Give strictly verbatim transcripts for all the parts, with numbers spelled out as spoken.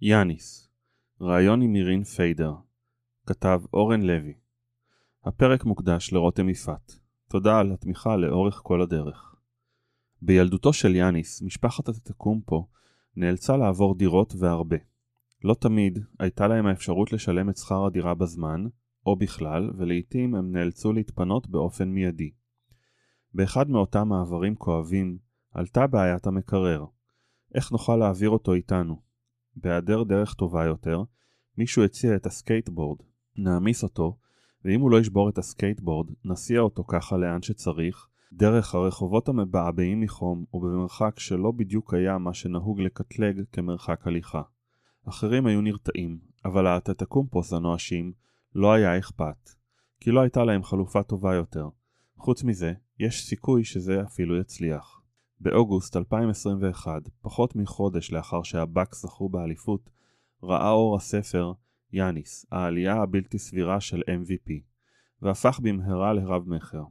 יאניס, ראיון עם מירין פיידר, כתב אורן לוי. הפרק מוקדש לרותם יפעת. תודה על התמיכה לאורך כל הדרך. בילדותו של יאניס, משפחת אטטקומפו נאלצה לעבור דירות והרבה. לא תמיד הייתה להם האפשרות לשלם את שכר הדירה בזמן, או בכלל, ולעיתים הם נאלצו להתפנות באופן מיידי. באחד מאותם מעברים כואבים, עלתה בעיית המקרר. איך נוכל להעביר אותו איתנו? בהיעדר דרך טובה יותר, מישהו הציע את הסקייטבורד. נעמיס אותו, ואם הוא לא ישבור את הסקייטבורד, נסיע אותו ככה לאן שצריך, דרך הרחובות המבעבעים מחום ובמרחק שלא בדיוק היה מה שנהוג לקטלג כמרחק הליכה. אחרים היו נרתעים, אבל האטטקומפוס הנואשים לא היה אכפת, כי לא הייתה להם חלופה טובה יותר. חוץ מזה, יש סיכוי שזה אפילו יצליח. באוגוסט אלפיים עשרים ואחת, פחות מחודש לאחר שהבאקס זכו באליפות, ראה אור הספר יאניס, העלייה הבלתי סבירה של אם וי פי, והפך במהרה לרב מחר.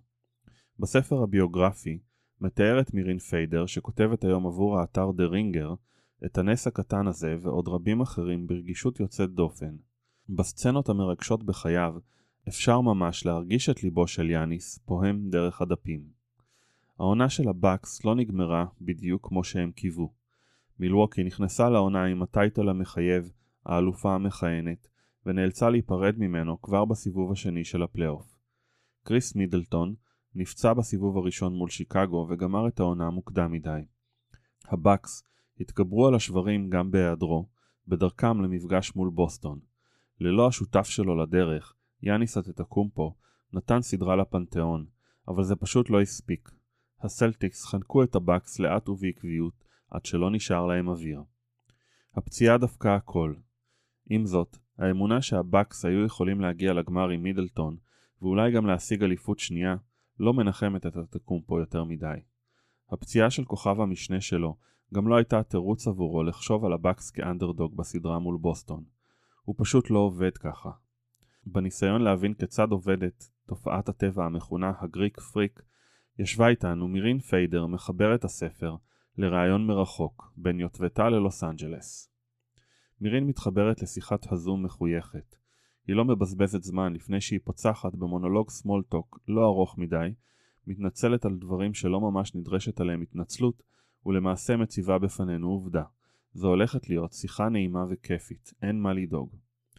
בספר הביוגרפי מתארת מירין פיידר, שכותבת היום עבור האתר דה רינגר, את הנס הקטן הזה ועוד רבים אחרים ברגישות יוצאת דופן. בסצנות המרגשות בחייו אפשר ממש להרגיש את ליבו של יאניס פוהם דרך הדפים. העונה של הבאקס לא נגמרה בדיוק כמו שהם קיוו. מילווקי נכנסה לעונה עם הטייטל המחייב, האלופה המכהנת, ונאלצה להיפרד ממנו כבר בסיבוב השני של הפלייאוף. קריס מידלטון נפצע בסיבוב הראשון מול שיקגו וגמר את העונה מוקדם מדי. הבאקס התגברו על השברים גם בהיעדרו, בדרכם למפגש מול בוסטון. ללא השותף שלו לדרך, יאניס אטטקומפו נתן סדרה לפנתיאון, אבל זה פשוט לא הספיק. הסלטיקס חנקו את הבאקס לאט ובעקביות עד שלא נשאר להם אוויר. הפציעה דפקה הכל. עם זאת, האמונה שהבאקס היו יכולים להגיע לגמר עם מידלטון ואולי גם להשיג אליפות שנייה לא מנחמת את אטטקומפו יותר מדי. הפציעה של כוכב המשנה שלו גם לא הייתה תירוץ עבורו לחשוב על הבאקס כאנדרדוג בסדרה מול בוסטון. הוא פשוט לא עובד ככה. בניסיון להבין כיצד עובדת תופעת הטבע המכונה הגריק פריק, ישבה איתנו מירין פיידר, מחברת הספר, לראיון מרחוק בין יוטבתה ללוס אנג'לס. מירין מתחברת לשיחת הזום מחויכת. היא לא מבזבזת זמן לפני שהיא פוצחת במונולוג סמולטוק לא ארוך מדי, מתנצלת על דברים שלא ממש נדרשת עליהם התנצלות, ולמעשה מציבה בפנינו עובדה. זו הולכת להיות שיחה נעימה וכיפית, אין מה לדאוג.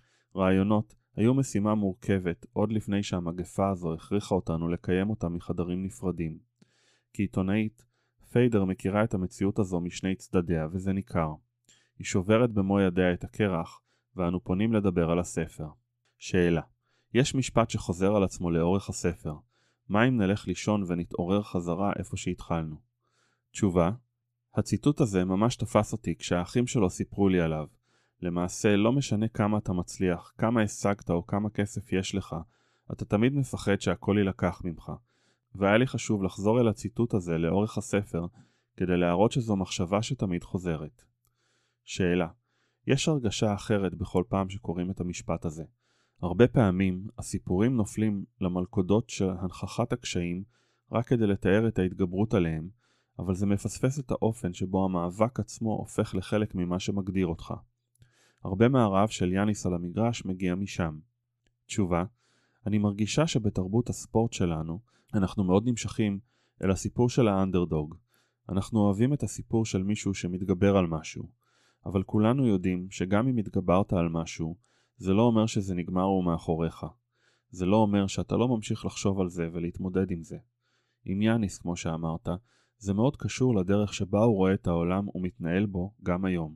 רעיונות היו משימה מורכבת עוד לפני שהמגפה הזו הכריחה אותנו לקיים אותה מחדרים נפרדים. כעיתונאית, פיידר מכירה את המציאות הזו משני צדדיה, וזה ניכר. היא שוברת במו ידיה את הקרח, ואנו פונים לדבר על הספר. שאלה: יש משפט שחוזר על עצמו לאורך הספר. מה אם נלך לישון ונתעורר חזרה איפה שהתחלנו? תשובה: הציטוט הזה ממש תפס אותי כשהאחים שלו סיפרו לי עליו. למעשה, לא משנה כמה אתה מצליח, כמה השגת או כמה כסף יש לך, אתה תמיד מפחד שהכל ילקח ממך. והיה לי חשוב לחזור אל הציטוט הזה לאורך הספר, כדי להראות שזו מחשבה שתמיד חוזרת. שאלה: יש הרגשה אחרת בכל פעם שקוראים את המשפט הזה. הרבה פעמים הסיפורים נופלים למלכודות של הנכחת הקשיים רק כדי לתאר את ההתגברות עליהם, אבל זה מפספס את האופן שבו המאבק עצמו הופך לחלק ממה שמגדיר אותך. הרבה מהרעב של יאניס על המגרש מגיע משם. תשובה: אני מרגישה שבתרבות הספורט שלנו אנחנו מאוד נמשכים אל הסיפור של האנדרדוג. אנחנו אוהבים את הסיפור של מישהו שמתגבר על משהו, אבל כולנו יודעים שגם אם התגברת על משהו, זה לא אומר שזה נגמר ומאחוריך. זה לא אומר שאתה לא ממשיך לחשוב על זה ולהתמודד עם זה. עם יאניס, כמו שאמרת, זה מאוד קשור לדרך שבה הוא רואה את העולם ומתנהל בו גם היום.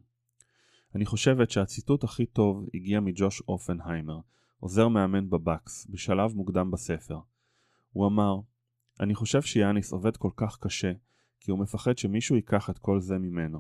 אני חושבת שהציטוט הכי טוב הגיע מג'וש אופנהיימר, עוזר מאמן בבאקס, בשלב מוקדם בספר. הוא אמר: אני חושב שיאניס עובד כל כך קשה, כי הוא מפחד שמישהו ייקח את כל זה ממנו.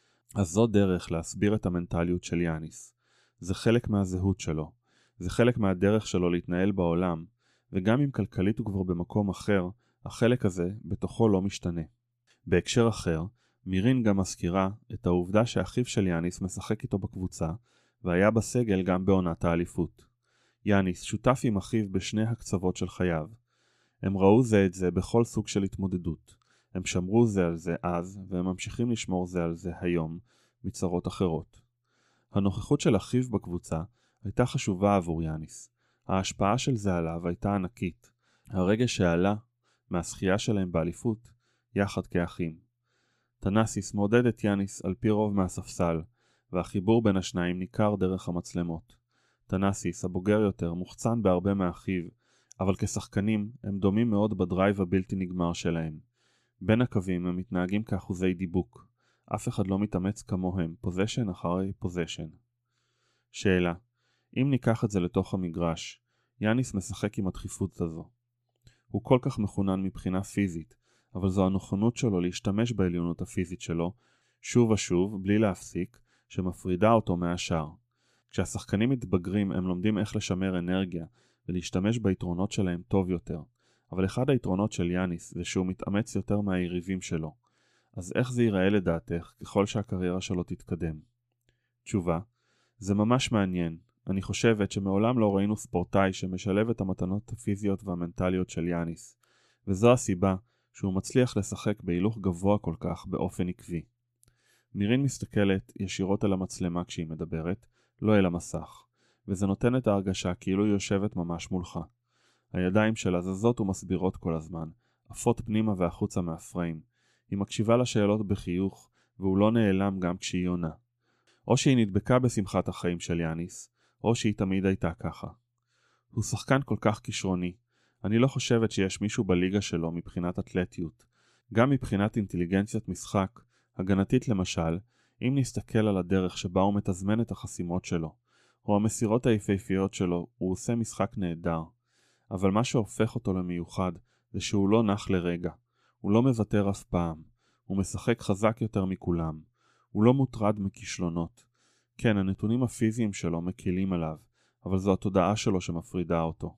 אז זו דרך להסביר את המנטליות של יאניס. זה חלק מהזהות שלו. זה חלק מהדרך שלו להתנהל בעולם, וגם אם כלכלית הוא כבר במקום אחר, החלק הזה בתוכו לא משתנה. בהקשר אחר, מירין גם מזכירה את העובדה שאחיו של יאניס משחק איתו בקבוצה, והיה בסגל גם בעונת האליפות. יאניס שותף עם אחיו בשני הקצוות של חייו. הם ראו זה את זה בכל סוג של התמודדות. הם שמרו זה על זה אז, והם ממשיכים לשמור זה על זה היום, מצרות אחרות. הנוכחות של אחיו בקבוצה הייתה חשובה עבור יאניס. ההשפעה של זה עליו הייתה ענקית. הרגע שעלה מהשחייה שלהם באליפות, יחד כאחים. תנאסיס מעודד את יאניס על פי רוב מהספסל, והחיבור בין השניים ניכר דרך המצלמות. תנאסיס, הבוגר יותר, מוחצן בהרבה מאחיו, אבל כשחקנים הם דומים מאוד בדרייב הבלתי נגמר שלהם. בין הקווים הם מתנהגים כאחוזי דיבוק. אף אחד לא מתאמץ כמוהם, פוזיישן אחרי פוזיישן. שאלה, אם ניקח את זה לתוך המגרש, יאניס משחק עם הדחיפות הזו. הוא כל כך מחונן מבחינה פיזית, אבל זו הנכונות שלו להשתמש בעליונות הפיזית שלו, שוב ושוב, בלי להפסיק, שמפרידה אותו מהשאר. כשהשחקנים מתבגרים הם לומדים איך לשמר אנרגיה ולהשתמש ביתרונות שלהם טוב יותר. אבל אחד היתרונות של יאניס זה שהוא מתאמץ יותר מהיריבים שלו. אז איך זה ייראה לדעתך ככל שהקריירה שלו תתקדם? תשובה, זה ממש מעניין. אני חושבת שמעולם לא ראינו ספורטאי שמשלב את המתנות הפיזיות והמנטליות של יאניס, וזו הסיבה שהוא מצליח לשחק בהילוך גבוה כל כך באופן עקבי. מירין מסתכלת ישירות על המצלמה כשהיא מדברת, לא אל המסך, וזה נותן את ההרגשה כאילו היא יושבת ממש מולך. הידיים שלה זזות ומסבירות כל הזמן, עפות פנימה והחוצה מהפריים. היא מקשיבה לשאלות בחיוך, והוא לא נעלם גם כשהיא עונה. או שהיא נדבקה בשמחת החיים של יאניס, או שהיא תמיד הייתה ככה. הוא שחקן כל כך כישרוני. אני לא חושבת שיש מישהו בליגה שלו מבחינת אתלטיות. גם מבחינת אינטליגנציית משחק, הגנתית למשל, אם נסתכל על הדרך שבה הוא מתזמן את החסימות שלו, או המסירות היפהפיות שלו, הוא עושה משחק נהדר. אבל מה שהופך אותו למיוחד, זה שהוא לא נח לרגע. הוא לא מוותר אף פעם. הוא משחק חזק יותר מכולם. הוא לא מוטרד מכישלונות. כן, הנתונים הפיזיים שלו מקילים עליו, אבל זו התודעה שלו שמפרידה אותו.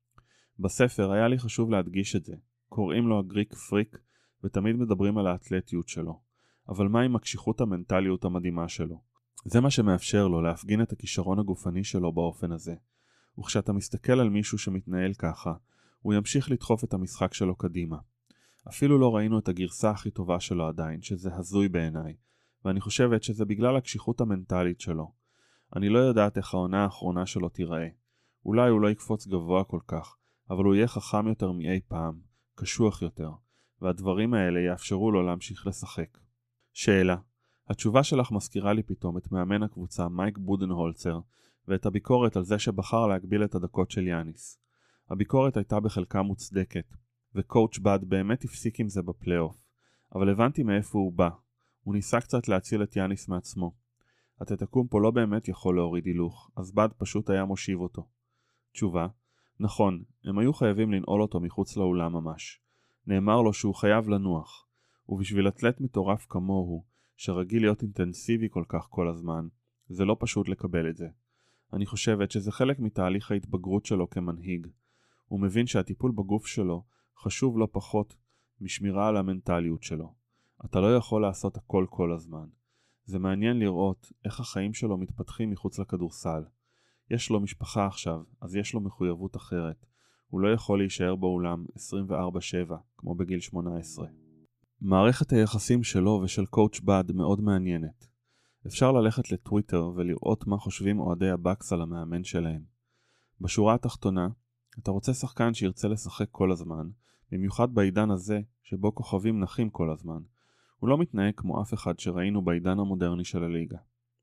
בספר היה לי חשוב להדגיש את זה. קוראים לו הגריק פריק, ותמיד מדברים על האתלטיות שלו. אבל מה עם הקשיחות המנטליות המדהימה שלו? זה מה שמאפשר לו להפגין את הכישרון הגופני שלו באופן הזה. וכשאתה מסתכל על מישהו שמתנהל ככה, הוא ימשיך לדחוף את המשחק שלו קדימה. אפילו לא ראינו את הגרסה הכי טובה שלו עדיין, שזה הזוי בעיניי, ואני חושבת שזה בגלל הקשיחות המנטלית שלו. אני לא יודעת איך העונה האחרונה שלו תיראה. אולי הוא לא יקפוץ גבוה כל כך, אבל הוא יהיה חכם יותר מאי פעם, קשוח יותר, והדברים האלה יאפשרו לו להמשיך לשחק. שאלה, התשובה שלך מזכירה לי פתאום את מאמן הקבוצה מייק בודנהולצר, ואת הביקורת על זה שבחר להגביל את הדקות של יאניס. הביקורת הייתה בחלקה מוצדקת, וקואוץ' בד באמת הפסיק עם זה בפלייאוף, אבל הבנתי מאיפה הוא בא. הוא ניסה קצת להציל את יאניס מעצמו. הטטקומפו לא באמת יכול להוריד הילוך, אז בד פשוט היה מושיב אותו. תשובה, נכון, הם היו חייבים לנעול אותו מחוץ לאולם ממש. נאמר לו שהוא חייב לנוח, ובשביל אתלט מטורף כמוהו, שרגיל להיות אינטנסיבי כל כך כל הזמן, זה לא פשוט לקבל את זה. אני חושבת שזה חלק מתהליך ההתבגרות שלו כמנהיג. הוא מבין שהטיפול בגוף שלו חשוב לא פחות משמירה על המנטליות שלו. אתה לא יכול לעשות הכל כל הזמן. זה מעניין לראות איך החיים שלו מתפתחים מחוץ לכדורסל. יש לו משפחה עכשיו, אז יש לו מחויבות אחרת. הוא לא יכול להישאר באולם עשרים וארבע שבע, כמו בגיל שמונה עשרה. מערכת היחסים שלו ושל קואוץ' בד מאוד מעניינת. אפשר ללכת לטוויטר ולראות מה חושבים אוהדי הבאקס על המאמן שלהם. בשורה התחתונה, אתה רוצה שחקן שירצה לשחק כל הזמן, במיוחד בעידן הזה שבו כוכבים נחים כל הזמן. הוא לא מתנהג כמו אף אחד שראינו בעידן המודרני של הליגה.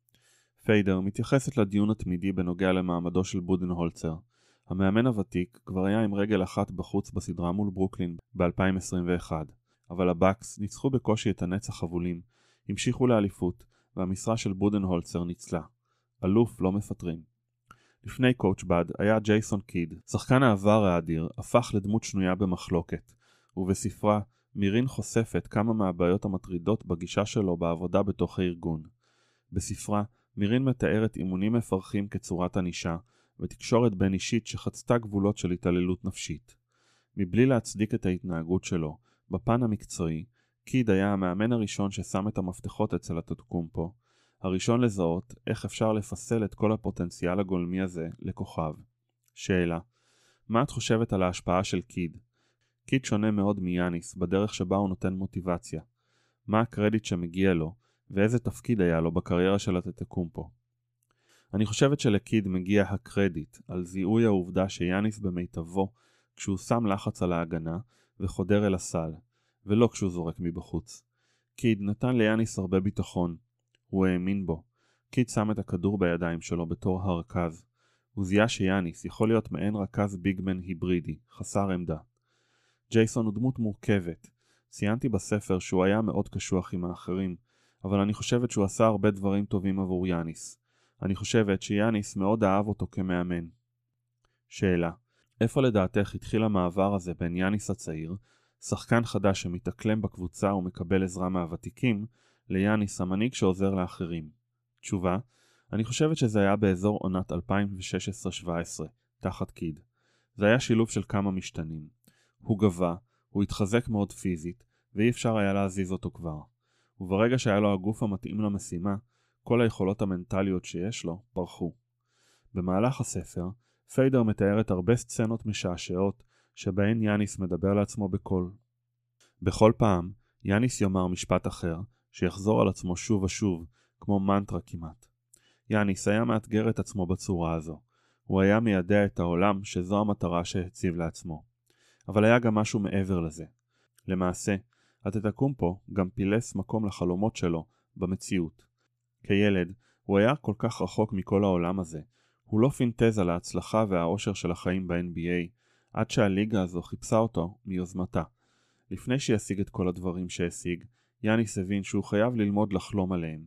פיידר מתייחסת לדיון התמידי בנוגע למעמדו של בודנהולצר. המאמן הוותיק כבר היה עם רגל אחת בחוץ בסדרה מול ברוקלין ב-אלפיים עשרים ואחת, אבל הבאקס ניצחו בקושי את הנץ החבולים, המשיכו לאליפות, והמשרה של בודנהולצר ניצלה. אלוף לא מפטרים. לפני קואוץ' בד היה ג'ייסון קיד, שחקן העבר האדיר, הפך לדמות שנויה במחלוקת, ובספרה מירין חושפת כמה מהבעיות המטרידות בגישה שלו בעבודה בתוך הארגון. בספרה מירין מתארת אימונים מפרכים כצורת ענישה, ותקשורת בין אישית שחצתה גבולות של התעללות נפשית. מבלי להצדיק את ההתנהגות שלו, בפן המקצועי, קיד היה המאמן הראשון ששם את המפתחות אצל הטטקומפו, הראשון לזהות איך אפשר לפסל את כל הפוטנציאל הגולמי הזה לכוכב. שאלה, מה את חושבת על ההשפעה של קיד? קיד שונה מאוד מיאניס בדרך שבה הוא נותן מוטיבציה. מה הקרדיט שמגיע לו, ואיזה תפקיד היה לו בקריירה של הטטקומפו? אני חושבת שלקיד מגיע הקרדיט על זיהוי העובדה שיאניס במיטבו כשהוא שם לחץ על ההגנה וחודר אל הסל, ולא כשהוא זורק מבחוץ. קיד נתן ליאניס הרבה ביטחון. הוא האמין בו. קיד שם את הכדור בידיים שלו בתור הרכז. הוא זיהה שיאניס יכול להיות מעין רכז ביגמן היברידי, חסר עמדה. ג'ייסון הוא דמות מורכבת. ציינתי בספר שהוא היה מאוד קשוח עם האחרים, אבל אני חושבת שהוא עשה הרבה דברים טובים עבור יאניס. אני חושבת שיאניס מאוד אהב אותו כמאמן. שאלה: איפה לדעתך התחיל המעבר הזה בין יאניס הצעיר, שחקן חדש שמתאקלם בקבוצה ומקבל עזרה מהוותיקים, ליאניס המנהיג שעוזר לאחרים? תשובה: אני חושבת שזה היה באזור עונת אלפיים ושש עשרה שבע עשרה, תחת קיד. זה היה שילוב של כמה משתנים. הוא גבה, הוא התחזק מאוד פיזית, ואי אפשר היה להזיז אותו כבר. וברגע שהיה לו הגוף המתאים למשימה, כל היכולות המנטליות שיש לו פרחו. במהלך הספר, פיידר מתארת הרבה סצנות משעשעות שבהן יאניס מדבר לעצמו בקול. בכל פעם, יאניס יאמר משפט אחר, שיחזור על עצמו שוב ושוב, כמו מנטרה כמעט. יאניס היה מאתגר את עצמו בצורה הזו. הוא היה מיידע את העולם שזו המטרה שהציב לעצמו. אבל היה גם משהו מעבר לזה. למעשה, אנטטוקומפו גם פילס מקום לחלומות שלו במציאות. כילד, הוא היה כל כך רחוק מכל העולם הזה. הוא לא פינטז על ההצלחה והאושר של החיים ב-אן בי איי, עד שהליגה הזו חיפשה אותו מיוזמתה. לפני שישיג את כל הדברים שהשיג, יאניס הבין שהוא חייב ללמוד לחלום עליהם.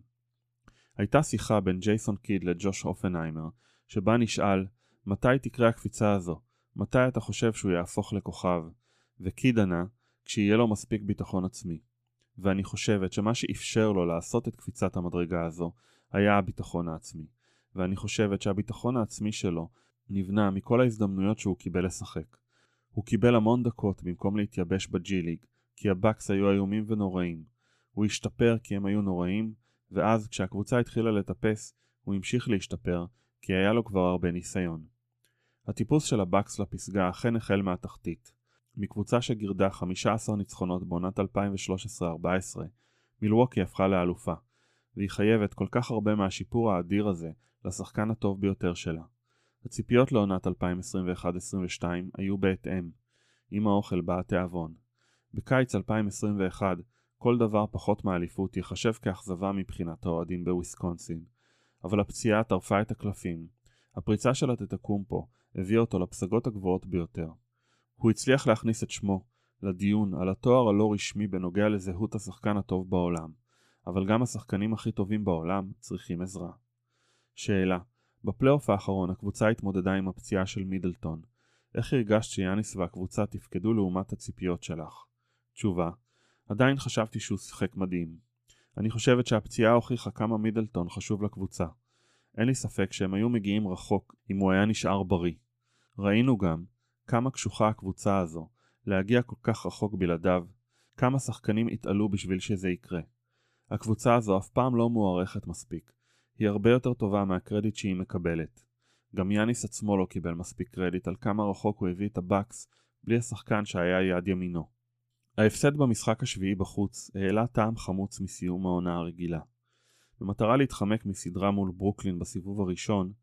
הייתה שיחה בין ג'ייסון קיד לג'וש אופנהיימר, שבה נשאל, מתי תקרה הקפיצה הזו? מתי אתה חושב שהוא יהפוך לכוכב? וקיד ענה, כשיהיה לו מספיק ביטחון עצמי. ואני חושבת שמה שאפשר לו לעשות את קפיצת המדרגה הזו, היה הביטחון העצמי. ואני חושבת שהביטחון העצמי שלו נבנה מכל ההזדמנויות שהוא קיבל לשחק. הוא קיבל המון דקות במקום להתייבש בג'י ליג, כי הבאקס היו איומים ונוראים. הוא השתפר כי הם היו נוראים, ואז כשהקבוצה התחילה לטפס, הוא המשיך להשתפר, כי היה לו כבר הרבה ניסיון. הטיפוס של הבאקס לפסגה אכן החל מהתחתית. מקבוצה שגירדה חמישה עשר ניצחונות בעונת אלפיים ושלוש עשרה ארבע עשרה, מילווקי הפכה לאלופה, והיא חייבת כל כך הרבה מהשיפור האדיר הזה לשחקן הטוב ביותר שלה. הציפיות לעונת אלפיים עשרים ואחת עשרים ושתיים היו בהתאם. עם האוכל בא התיאבון. בקיץ אלפיים עשרים ואחת, כל דבר פחות מאליפות יחשב כאכזבה מבחינת האוהדים בוויסקונסין. אבל הפציעה טרפה את הקלפים. הפריצה של אנטטוקומפו הביאה אותו לפסגות הגבוהות ביותר. הוא הצליח להכניס את שמו לדיון על התואר הלא רשמי בנוגע לזהות השחקן הטוב בעולם. אבל גם השחקנים הכי טובים בעולם צריכים עזרה. שאלה: בפלייאוף האחרון הקבוצה התמודדה עם הפציעה של מידלטון. איך הרגשת שיאניס והקבוצה תפקדו לעומת הציפיות שלך? תשובה: עדיין חשבתי שהוא שיחק מדהים. אני חושבת שהפציעה הוכיחה כמה מידלטון חשוב לקבוצה. אין לי ספק שהם היו מגיעים רחוק אם הוא היה נשאר בריא. ראינו גם כמה קשוחה הקבוצה הזו להגיע כל כך רחוק בלעדיו, כמה שחקנים התעלו בשביל שזה יקרה. הקבוצה הזו אף פעם לא מוערכת מספיק. היא הרבה יותר טובה מהקרדיט שהיא מקבלת. גם יאניס עצמו לא קיבל מספיק קרדיט על כמה רחוק הוא הביא את הבאקס בלי השחקן שהיה יד ימינו. ההפסד במשחק השביעי בחוץ העלה טעם חמוץ מסיום העונה הרגילה. במטרה להתחמק מסדרה מול ברוקלין בסיבוב הראשון,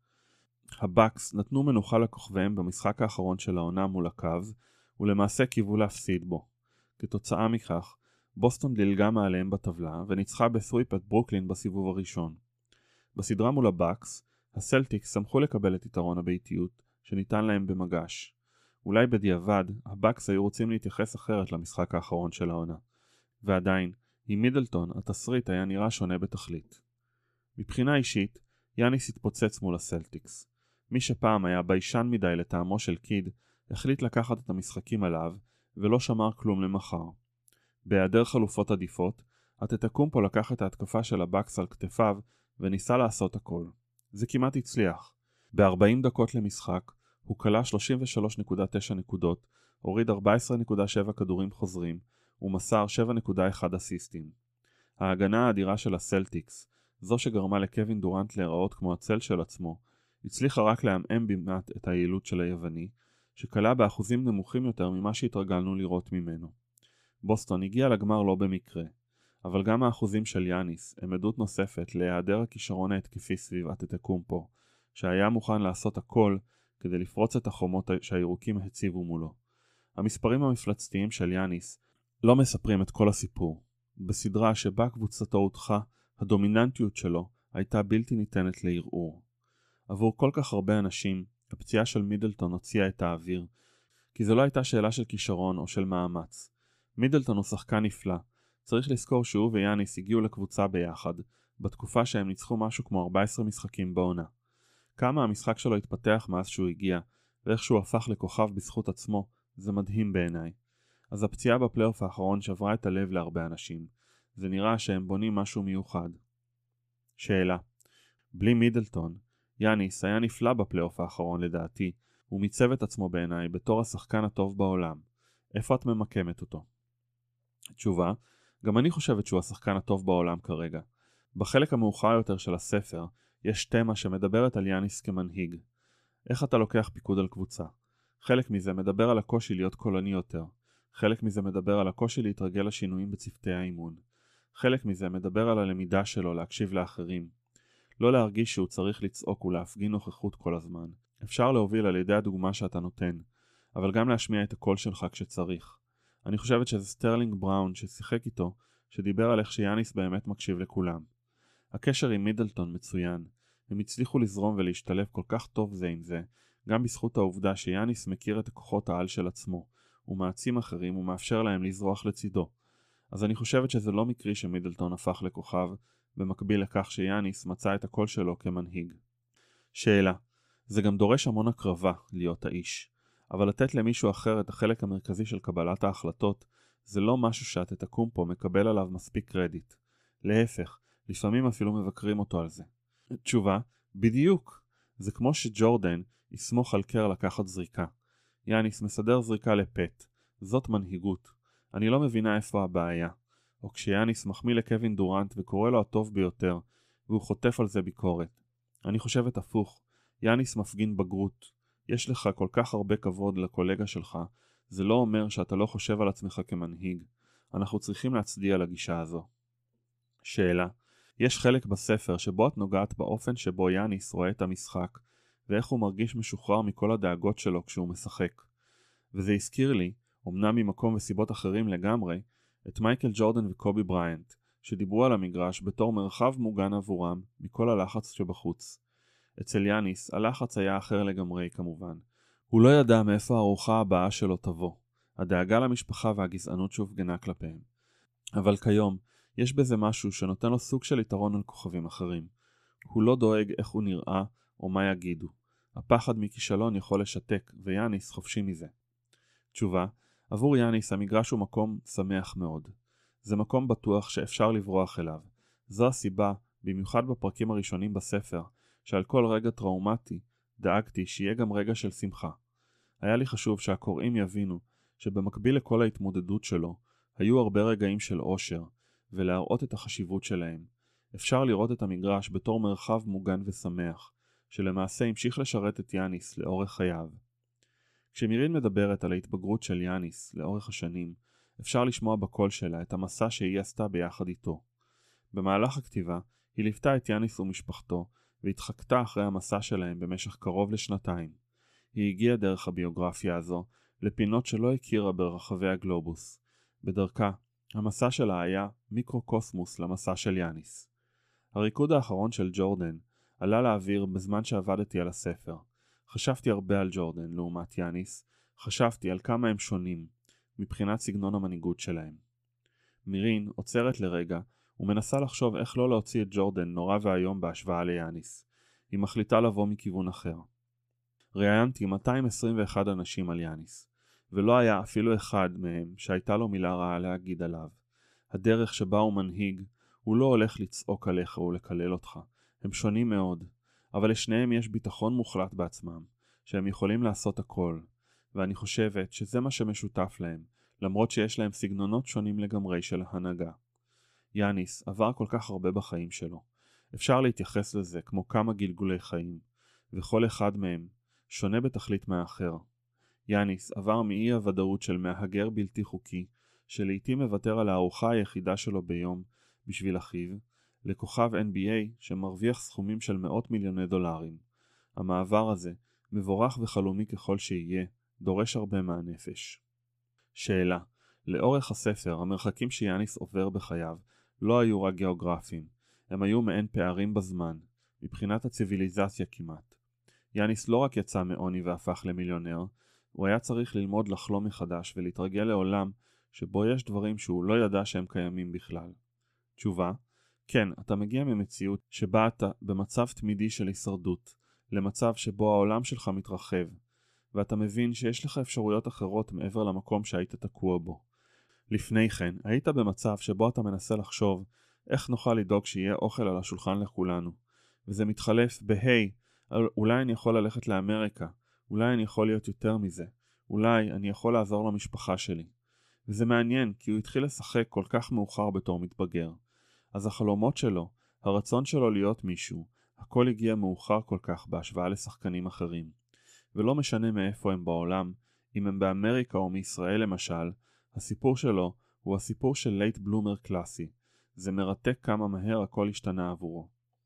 הבאקס נתנו מנוחה לכוכביהם במשחק האחרון של העונה מול הקאבס, ולמעשה קיוו להפסיד בו. כתוצאה מכך, בוסטון דילגה מעליהם בטבלה וניצחה בסוויפ את ברוקלין בסיבוב הראשון. בסדרה מול הבאקס, הסלטיקס שמחו לקבל את יתרון הביתיות שניתן להם במגש. אולי בדיעבד, הבאקס היו רוצים להתייחס אחרת למשחק האחרון של העונה. ועדיין, עם מידלטון, התסריט היה נראה שונה בתכלית. מבחינה אישית, יאניס התפוצץ מול הסלטיקס. מי שפעם היה ביישן מדי לטעמו של קיד, החליט לקחת את המשחקים עליו, ולא שמר כלום למחר. בהיעדר חלופות עדיפות, אנטטוקומפו לקח את ההתקפה של הבאקס על כתפיו, וניסה לעשות הכל. זה כמעט הצליח. ב-ארבעים דקות למשחק, הוא קלה שלושים ושלוש נקודה תשע נקודות, הוריד ארבע עשרה נקודה שבע כדורים חוזרים, ומסר שבע נקודה אחת אסיסטים. ההגנה האדירה של הסלטיקס, זו שגרמה לקווין דורנט להיראות כמו הצל של עצמו, הצליחה רק לעמעם במעט את היעילות של היווני, שקלה באחוזים נמוכים יותר ממה שהתרגלנו לראות ממנו. בוסטון הגיע לגמר לא במקרה, אבל גם האחוזים של יאניס הם עדות נוספת להיעדר הכישרון ההתקפי סביב אנטטוקומפו, שהיה מוכן לעשות הכל כדי לפרוץ את החומות שהירוקים הציבו מולו. המספרים המפלצתיים של יאניס לא מספרים את כל הסיפור. בסדרה שבה קבוצתו הודחה, הדומיננטיות שלו הייתה בלתי ניתנת לערעור. עבור כל כך הרבה אנשים, הפציעה של מידלטון הוציאה את האוויר, כי זו לא הייתה שאלה של כישרון או של מאמץ. מידלטון הוא שחקן נפלא. צריך לזכור שהוא ויאניס הגיעו לקבוצה ביחד, בתקופה שהם ניצחו משהו כמו ארבעה עשר משחקים בעונה. כמה המשחק שלו התפתח מאז שהוא הגיע, ואיך שהוא הפך לכוכב בזכות עצמו, זה מדהים בעיניי. אז הפציעה בפלייאוף האחרון שברה את הלב להרבה אנשים. זה נראה שהם בונים משהו מיוחד. שאלה. בלי מידלטון, יאניס היה נפלא בפלייאוף האחרון לדעתי, הוא מיצב את עצמו בעיניי בתור השחקן הטוב בעולם. איפה את ממקמת אותו? תשובה, גם אני חושבת שהוא השחקן הטוב בעולם כרגע. בחלק המאוחר יותר של הספר, יש תמה שמדברת על יאניס כמנהיג. איך אתה לוקח פיקוד על קבוצה? חלק מזה מדבר על הקושי להיות קולני יותר. חלק מזה מדבר על הקושי להתרגל לשינויים בצוותי האימון. חלק מזה מדבר על הלמידה שלו להקשיב לאחרים. לא להרגיש שהוא צריך לצעוק ולהפגין נוכחות כל הזמן. אפשר להוביל על ידי הדוגמה שאתה נותן, אבל גם להשמיע את הקול שלך כשצריך. אני חושבת שזה סטרלינג בראון ששיחק איתו, שדיבר על איך שיאניס באמת מקשיב לכולם. הקשר עם מידלטון מצוין. הם הצליחו לזרום ולהשתלב כל כך טוב זה עם זה, גם בזכות העובדה שיאניס מכיר את הכוחות העל של עצמו, הוא מעצים אחרים ומאפשר להם לזרוח לצידו. אז אני חושבת שזה לא מקרי שמידלטון הפך לכוכב, במקביל לכך שיאניס מצא את הקול שלו כמנהיג. שאלה. זה גם דורש המון הקרבה להיות האיש, אבל לתת למישהו אחר את החלק המרכזי של קבלת ההחלטות, זה לא משהו שאתה תקום פה מקבל עליו מספיק קרדיט. להפך, לפעמים אפילו מבקרים אותו על זה. תשובה, בדיוק. זה כמו שג'ורדן יסמוך על קר לקחת זריקה. יאניס מסדר זריקה לפט. זאת מנהיגות. אני לא מבינה איפה הבעיה. או כשיאניס מחמיא לקווין דורנט וקורא לו הטוב ביותר, והוא חוטף על זה ביקורת. אני חושבת הפוך. יאניס מפגין בגרות. יש לך כל כך הרבה כבוד לקולגה שלך, זה לא אומר שאתה לא חושב על עצמך כמנהיג. אנחנו צריכים להצדיע לגישה הזו. שאלה. יש חלק בספר שבו את נוגעת באופן שבו יאניס רואה את המשחק, ואיך הוא מרגיש משוחרר מכל הדאגות שלו כשהוא משחק. וזה הזכיר לי, אמנם ממקום וסיבות אחרים לגמרי, את מייקל ג'ורדן וקובי בריינט, שדיברו על המגרש בתור מרחב מוגן עבורם מכל הלחץ שבחוץ. אצל יאניס הלחץ היה אחר לגמרי כמובן. הוא לא ידע מאיפה הארוחה הבאה שלו תבוא, הדאגה למשפחה והגזענות שהופגנה כלפיהם. אבל כיום, יש בזה משהו שנותן לו סוג של יתרון על כוכבים אחרים. הוא לא דואג איך הוא נראה או מה יגידו. הפחד מכישלון יכול לשתק, ויאניס חופשי מזה. תשובה, עבור יאניס המגרש הוא מקום שמח מאוד. זה מקום בטוח שאפשר לברוח אליו. זו הסיבה, במיוחד בפרקים הראשונים בספר, שעל כל רגע טראומטי דאגתי שיהיה גם רגע של שמחה. היה לי חשוב שהקוראים יבינו שבמקביל לכל ההתמודדות שלו, היו הרבה רגעים של אושר, ולהראות את החשיבות שלהם. אפשר לראות את המגרש בתור מרחב מוגן ושמח, שלמעשה המשיך לשרת את יאניס לאורך חייו. כשמירין מדברת על ההתבגרות של יאניס לאורך השנים, אפשר לשמוע בקול שלה את המסע שהיא עשתה ביחד איתו. במהלך הכתיבה, היא ליוותה את יאניס ומשפחתו, והתחקתה אחרי המסע שלהם במשך קרוב לשנתיים. היא הגיעה דרך הביוגרפיה הזו לפינות שלא הכירה ברחבי הגלובוס. בדרכה, המסע שלה היה מיקרוקוסמוס למסע של יאניס. הריקוד האחרון של ג'ורדן עלה לאוויר בזמן שעבדתי על הספר. חשבתי הרבה על ג'ורדן לעומת יאניס, חשבתי על כמה הם שונים מבחינת סגנון המנהיגות שלהם. מירין עוצרת לרגע ומנסה לחשוב איך לא להוציא את ג'ורדן נורא והיום בהשוואה ליאניס. היא מחליטה לבוא מכיוון אחר. ראיינתי מאתיים עשרים ואחד אנשים על יאניס, ולא היה אפילו אחד מהם שהייתה לו מילה רעה להגיד עליו. הדרך שבה הוא מנהיג, הוא לא הולך לצעוק עליך או לקלל אותך. הם שונים מאוד, אבל לשניהם יש ביטחון מוחלט בעצמם, שהם יכולים לעשות הכל, ואני חושבת שזה מה שמשותף להם, למרות שיש להם סגנונות שונים לגמרי של ההנהגה. יאניס עבר כל כך הרבה בחיים שלו. אפשר להתייחס לזה כמו כמה גלגולי חיים, וכל אחד מהם שונה בתכלית מהאחר. יאניס עבר מאי הוודאות של מהגר בלתי חוקי, שלעיתים מוותר על הארוחה היחידה שלו ביום בשביל אחיו, לכוכב אן בי איי שמרוויח סכומים של מאות מיליוני דולרים. המעבר הזה, מבורך וחלומי ככל שיהיה, דורש הרבה מהנפש. שאלה: לאורך הספר, המרחקים שיאניס עובר בחייו לא היו רק גיאוגרפיים, הם היו מעין פערים בזמן, מבחינת הציביליזציה כמעט. יאניס לא רק יצא מעוני והפך למיליונר, הוא היה צריך ללמוד לחלום מחדש ולהתרגל לעולם שבו יש דברים שהוא לא ידע שהם קיימים בכלל. תשובה: כן, אתה מגיע ממציאות שבה אתה במצב תמידי של הישרדות, למצב שבו העולם שלך מתרחב, ואתה מבין שיש לך אפשרויות אחרות מעבר למקום שהיית תקוע בו. לפני כן, היית במצב שבו אתה מנסה לחשוב איך נוכל לדאוג שיהיה אוכל על השולחן לכולנו, וזה מתחלף בהי, אולי אני יכול ללכת לאמריקה, אולי אני יכול להיות יותר מזה, אולי אני יכול לעזור למשפחה שלי. וזה מעניין, כי הוא התחיל לשחק כל כך מאוחר בתור מתבגר. אז החלומות שלו, הרצון שלו להיות מישהו, הכל הגיע מאוחר כל כך בהשוואה לשחקנים אחרים. ולא משנה מאיפה הם בעולם, אם הם באמריקה או מישראל למשל, הסיפור שלו הוא הסיפור של לייט בלומר קלאסי. זה מרתק כמה מהר הכל השתנה עבורו.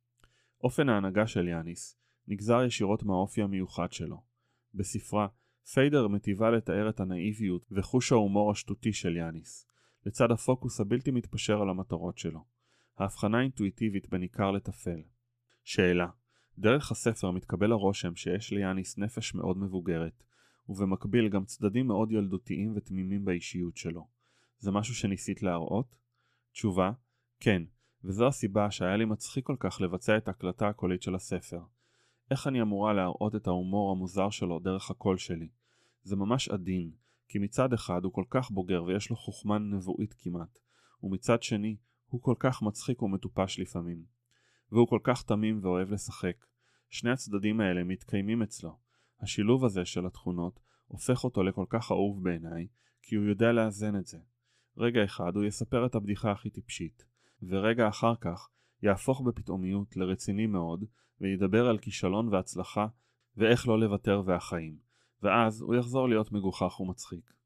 אופן ההנהגה של יאניס נגזר ישירות מהאופי המיוחד שלו. בספרה, פיידר מטיבה לתאר את הנאיביות וחוש ההומור השטותי של יאניס, לצד הפוקוס הבלתי מתפשר על המטרות שלו. ההבחנה אינטואיטיבית בין עיקר לטפל. שאלה: דרך הספר מתקבל הרושם שיש ליאניס נפש מאוד מבוגרת, ובמקביל גם צדדים מאוד ילדותיים ותמימים באישיות שלו. זה משהו שניסית להראות? תשובה: כן, וזו הסיבה שהיה לי מצחיק כל כך לבצע את ההקלטה הקולית של הספר. איך אני אמורה להראות את ההומור המוזר שלו דרך הקול שלי? זה ממש עדין, כי מצד אחד הוא כל כך בוגר ויש לו חוכמה נבואית כמעט, ומצד שני הוא כל כך מצחיק ומטופש לפעמים. והוא כל כך תמים ואוהב לשחק. שני הצדדים האלה מתקיימים אצלו. השילוב הזה של התכונות הופך אותו לכל כך אהוב בעיניי, כי הוא יודע לאזן את זה. רגע אחד הוא יספר את הבדיחה הכי טיפשית, ורגע אחר כך יהפוך בפתאומיות לרציני מאוד, וידבר על כישלון והצלחה, ואיך לא לוותר והחיים, ואז הוא יחזור להיות מגוחך ומצחיק.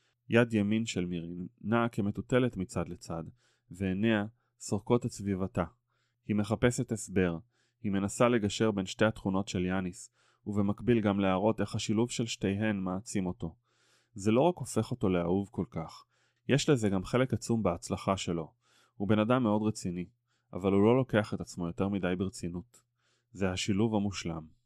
יד ימין של מירין נעה כמטוטלת מצד לצד, ועיניה סורקות את סביבתה. היא מחפשת הסבר, היא מנסה לגשר בין שתי התכונות של יאניס, ובמקביל גם להראות איך השילוב של שתיהן מעצים אותו. זה לא רק הופך אותו לאהוב כל כך, יש לזה גם חלק עצום בהצלחה שלו. הוא בן אדם מאוד רציני, אבל הוא לא לוקח את עצמו יותר מדי ברצינות. זה השילוב המושלם.